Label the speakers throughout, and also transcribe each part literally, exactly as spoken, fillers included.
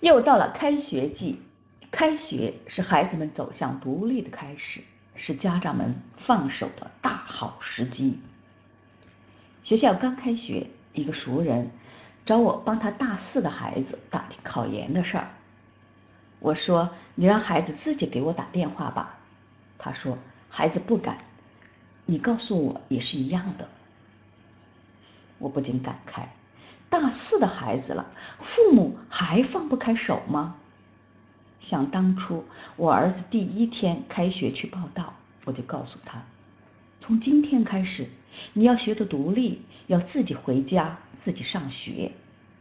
Speaker 1: 又到了开学季，开学是孩子们走向独立的开始，是家长们放手的大好时机。学校刚开学，一个熟人找我帮他大四的孩子打听考研的事儿。我说：“你让孩子自己给我打电话吧。”他说：“孩子不敢，你告诉我也是一样的。”我不禁感慨，大四的孩子了，父母还放不开手吗？想当初我儿子第一天开学去报到，我就告诉他，从今天开始你要学得独立，要自己回家，自己上学。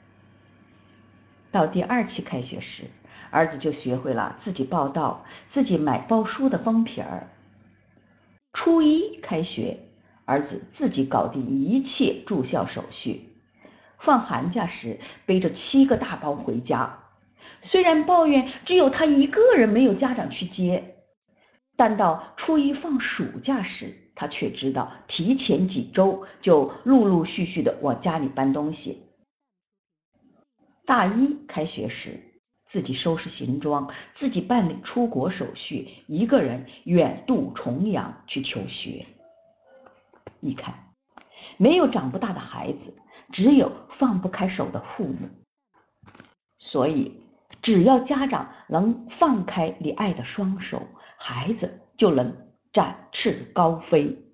Speaker 1: 到第二期开学时，儿子就学会了自己报到，自己买包书的封皮儿。初一开学，儿子自己搞定一切住校手续。放寒假时背着七个大包回家，虽然抱怨只有他一个人没有家长去接，但到初一放暑假时，他却知道提前几周就陆陆续续的往家里搬东西。大一开学时，自己收拾行装，自己办理出国手续，一个人远渡重洋去求学。你看，没有长不大的孩子，只有放不开手的父母。所以，只要家长能放开你爱的双手，孩子就能展翅高飞。